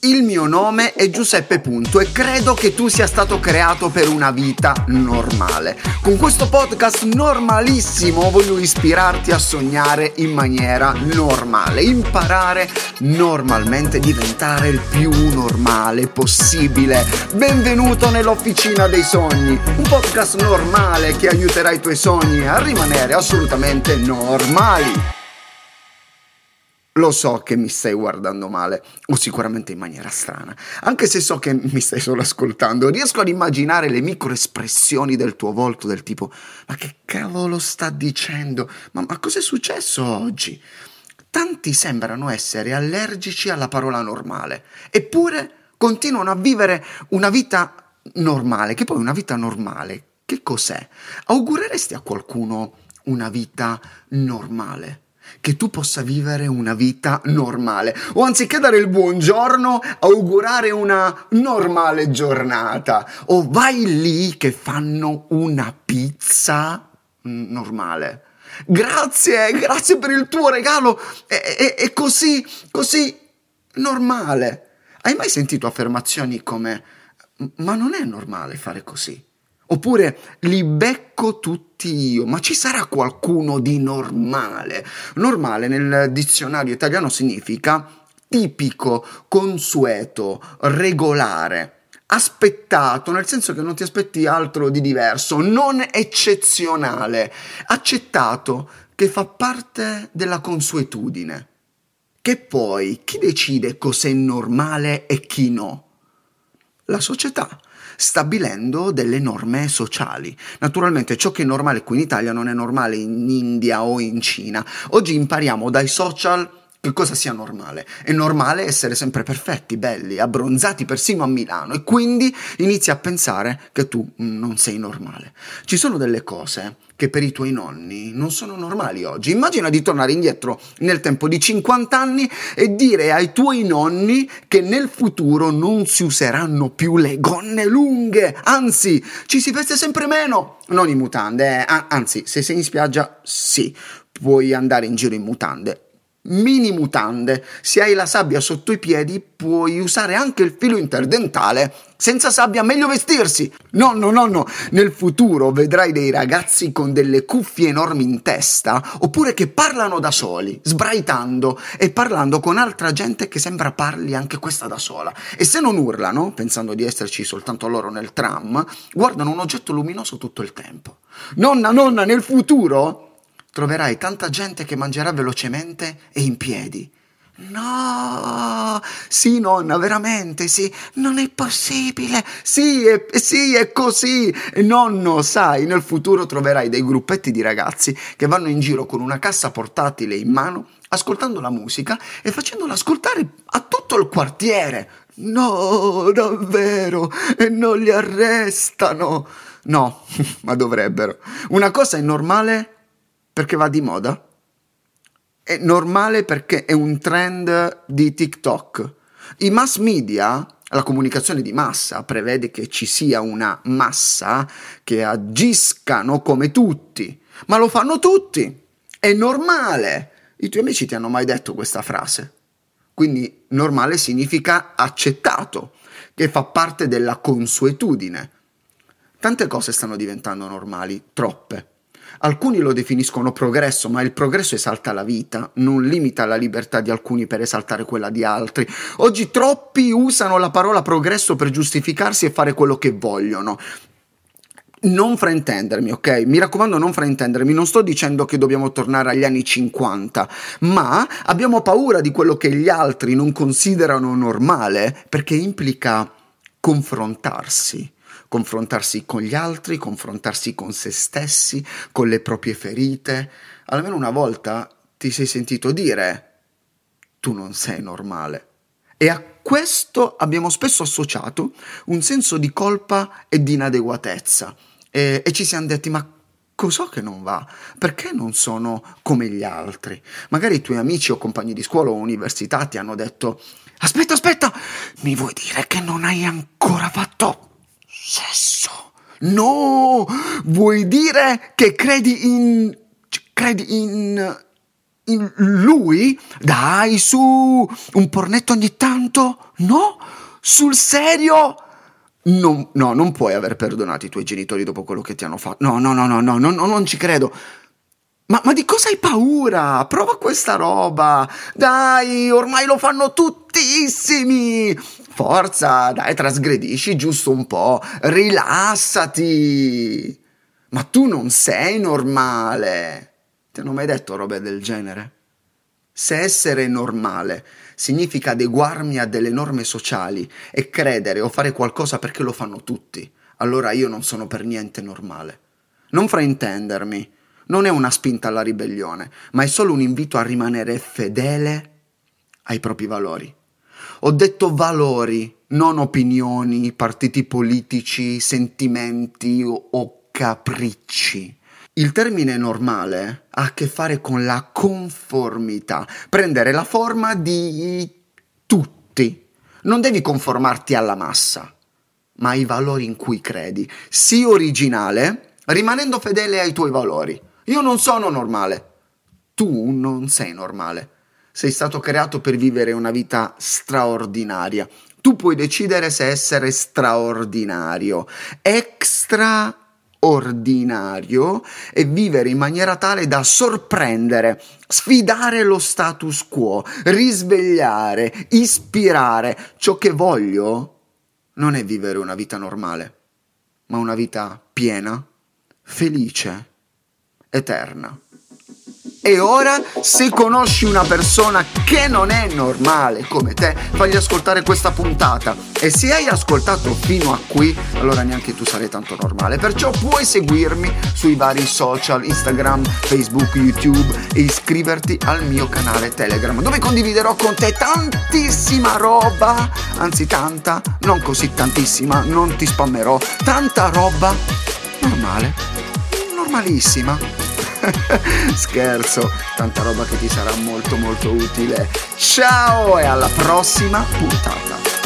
Il mio nome è Giuseppe Punto e credo che tu sia stato creato per una vita normale. Con questo podcast normalissimo voglio ispirarti a sognare in maniera normale, imparare normalmente, diventare il più normale possibile. Benvenuto nell'Officina dei Sogni, un podcast normale che aiuterà i tuoi sogni a rimanere assolutamente normali. Lo so che mi stai guardando male, o sicuramente in maniera strana, anche se so che mi stai solo ascoltando. Riesco ad immaginare le microespressioni del tuo volto, del tipo: ma che cavolo sta dicendo? Ma cos'è successo oggi? Tanti sembrano essere allergici alla parola normale, eppure continuano a vivere una vita normale, che poi una vita normale, che cos'è? Augureresti a qualcuno una vita normale? Che tu possa vivere una vita normale, o anziché dare il buongiorno, augurare una normale giornata, o vai lì che fanno una pizza normale. Grazie per il tuo regalo, è così normale. Hai mai sentito affermazioni come: ma non è normale fare così? Oppure: li becco tutti io. Ma ci sarà qualcuno di normale? Normale nel dizionario italiano significa tipico, consueto, regolare, aspettato, nel senso che non ti aspetti altro di diverso, non eccezionale, accettato, che fa parte della consuetudine. Che poi chi decide cos'è normale e chi no? La società, stabilendo delle norme sociali. Naturalmente ciò che è normale qui in Italia non è normale in India o in Cina. Oggi impariamo dai social che cosa sia normale. È normale essere sempre perfetti, belli, abbronzati persino a Milano, e quindi inizi a pensare che tu non sei normale. Ci sono delle cose che per i tuoi nonni non sono normali oggi. Immagina di tornare indietro nel tempo di 50 anni e dire ai tuoi nonni che nel futuro non si useranno più le gonne lunghe, anzi ci si veste sempre meno, non in mutande, anzi se sei in spiaggia sì, puoi andare in giro in mutande. Mini mutande, se hai la sabbia sotto i piedi puoi usare anche il filo interdentale, senza sabbia meglio vestirsi. Nonno, nel futuro vedrai dei ragazzi con delle cuffie enormi in testa, oppure che parlano da soli, sbraitando e parlando con altra gente che sembra parli anche questa da sola, e se non urlano, pensando di esserci soltanto loro nel tram, guardano un oggetto luminoso tutto il tempo. Nonna, nel futuro troverai tanta gente che mangerà velocemente e in piedi. No, sì nonna, veramente sì, non è possibile, sì, è così. E nonno, sai, nel futuro troverai dei gruppetti di ragazzi che vanno in giro con una cassa portatile in mano, ascoltando la musica e facendola ascoltare a tutto il quartiere. No, davvero, e non li arrestano. No, ma dovrebbero. Una cosa è normale perché va di moda, è normale perché è un trend di TikTok. I mass media, la comunicazione di massa, prevede che ci sia una massa che agiscano come tutti, ma lo fanno tutti, è normale. I tuoi amici ti hanno mai detto questa frase? Quindi normale significa accettato, che fa parte della consuetudine. Tante cose stanno diventando normali, troppe. Alcuni lo definiscono progresso, ma il progresso esalta la vita, non limita la libertà di alcuni per esaltare quella di altri. Oggi troppi usano la parola progresso per giustificarsi e fare quello che vogliono. Non fraintendermi, ok? Mi raccomando, non fraintendermi, non sto dicendo che dobbiamo tornare agli anni 50, ma abbiamo paura di quello che gli altri non considerano normale, perché implica confrontarsi con gli altri, confrontarsi con se stessi, con le proprie ferite. Almeno una volta ti sei sentito dire: tu non sei normale. E a questo abbiamo spesso associato un senso di colpa e di inadeguatezza, e ci siamo detti: ma cos'ho che non va? Perché non sono come gli altri? Magari i tuoi amici o compagni di scuola o università ti hanno detto: aspetta, mi vuoi dire che non hai ancora fatto sesso? No, vuoi dire che credi in Lui? Dai, su, un pornetto ogni tanto? No? Sul serio? No, non puoi aver perdonato i tuoi genitori dopo quello che ti hanno fatto. No, non ci credo. Ma di cosa hai paura? Prova questa roba. Dai, ormai lo fanno tuttissimi. Forza, dai, trasgredisci giusto un po'. Rilassati. Ma tu non sei normale. Ti hanno mai detto robe del genere? Se essere normale significa adeguarmi a delle norme sociali e credere o fare qualcosa perché lo fanno tutti, allora io non sono per niente normale. Non fraintendermi, non è una spinta alla ribellione, ma è solo un invito a rimanere fedele ai propri valori. Ho detto valori, non opinioni, partiti politici, sentimenti o capricci. Il termine normale ha a che fare con la conformità, prendere la forma di tutti. Non devi conformarti alla massa, ma ai valori in cui credi. Sii originale, rimanendo fedele ai tuoi valori. Io non sono normale. Tu non sei normale. Sei stato creato per vivere una vita straordinaria. Tu puoi decidere se essere straordinario, extraordinario e vivere in maniera tale da sorprendere, sfidare lo status quo, risvegliare, ispirare. Ciò che voglio non è vivere una vita normale, ma una vita piena, felice, eterna. E ora, se conosci una persona che non è normale come te, fagli ascoltare questa puntata. E se hai ascoltato fino a qui, allora neanche tu sarai tanto normale. Perciò puoi seguirmi sui vari social, Instagram, Facebook, YouTube e iscriverti al mio canale Telegram, dove condividerò con te tantissima roba, anzi tanta, non così tantissima, non ti spammerò, tanta roba normale, normalissima. Scherzo, tanta roba che ti sarà molto utile. Ciao e alla prossima puntata.